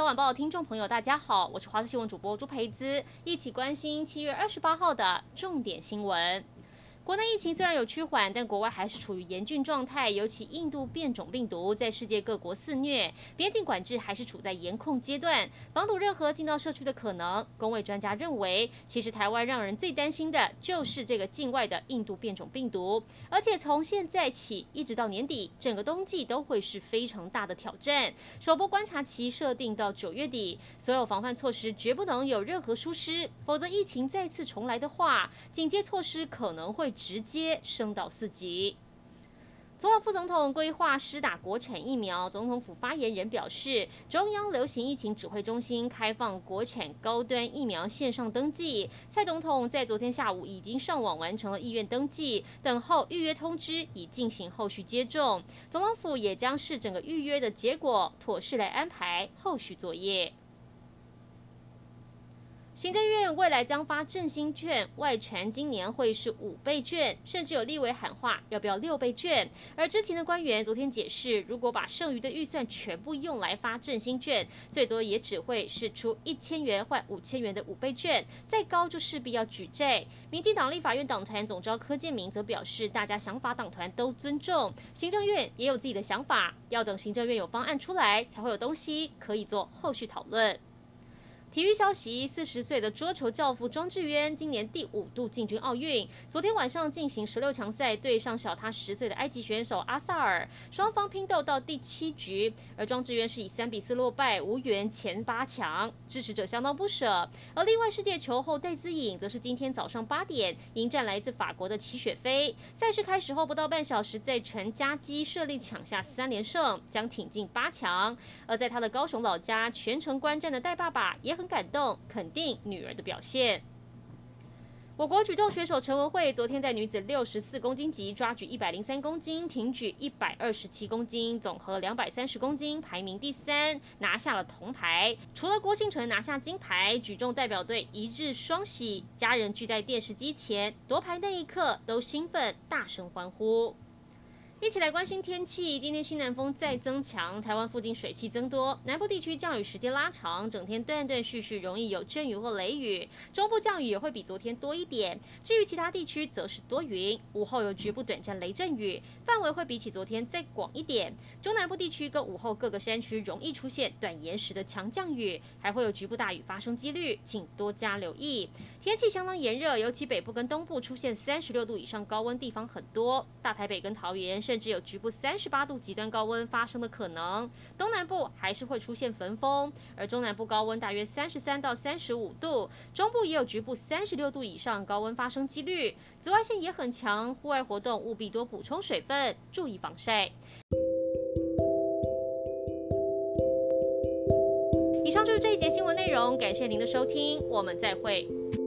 晚报的听众朋友，大家好，我是华视新闻主播朱培姿，一起关心7月28号的重点新闻。国内疫情虽然有趋缓，但国外还是处于严峻状态，尤其印度变种病毒在世界各国肆虐，边境管制还是处在严控阶段，防堵任何进到社区的可能。公卫专家认为，其实台湾让人最担心的就是这个境外的印度变种病毒，而且从现在起一直到年底，整个冬季都会是非常大的挑战。首波观察期设定到9月底，所有防范措施绝不能有任何疏失，否则疫情再次重来的话，警戒措施可能会直接升到4级。昨晚副总统规划施打国产疫苗，总统府发言人表示，中央流行疫情指挥中心开放国产高端疫苗线上登记。蔡总统在昨天下午已经上网完成了意愿登记，等候预约通知，以进行后续接种。总统府也将视整个预约的结果，妥适来安排后续作业。行政院未来将发振兴券，外传今年会是5倍券，甚至有立委喊话要不要6倍券。而知情的官员昨天解释，如果把剩余的预算全部用来发振兴券，最多也只会是出1000元换5000元的5倍券，再高就势必要举债。民进党立法院党团总召柯建铭则表示，大家想法党团都尊重，行政院也有自己的想法，要等行政院有方案出来，才会有东西可以做后续讨论。体育消息：40岁的桌球教父庄智渊今年第5度进军奥运。昨天晚上进行16强赛，对上小他10岁的埃及选手阿萨尔，双方拼斗到第7局，而庄智渊是以3比4落败，无缘前8强，支持者相当不舍。而另外世界球后戴资颖则是今天早上8点迎战来自法国的齐雪菲。赛事开始后不到半小时，在纯夹击顺利抢下3连胜，将挺进8强。而在他的高雄老家全程观战的戴爸爸也很感动，肯定女儿的表现。我国举重选手陈文慧昨天在女子64公斤级抓举103公斤，挺举127公斤，总和230公斤，排名第3，拿下了铜牌。除了郭婞淳拿下金牌，举重代表队一日双喜，家人聚在电视机前，夺牌那一刻都兴奋，大声欢呼。一起来关心天气。今天西南风再增强，台湾附近水汽增多，南部地区降雨时间拉长，整天断断续续，容易有阵雨或雷雨。中部降雨也会比昨天多一点。至于其他地区，则是多云，午后有局部短暂雷阵雨，范围会比起昨天再广一点。中南部地区跟午后各个山区容易出现短延时的强降雨，还会有局部大雨发生几率，请多加留意。天气相当炎热，尤其北部跟东部出现36度以上高温地方很多，大台北跟桃园甚至有局部38度极端高温发生的可能。东南部还是会出现焚风，而中南部高温大约33到35度，中部也有局部36度以上高温发生几率。紫外线也很强，户外活动务必多补充水分，注意防晒。以上就是这一节新闻内容，感谢您的收听，我们再会。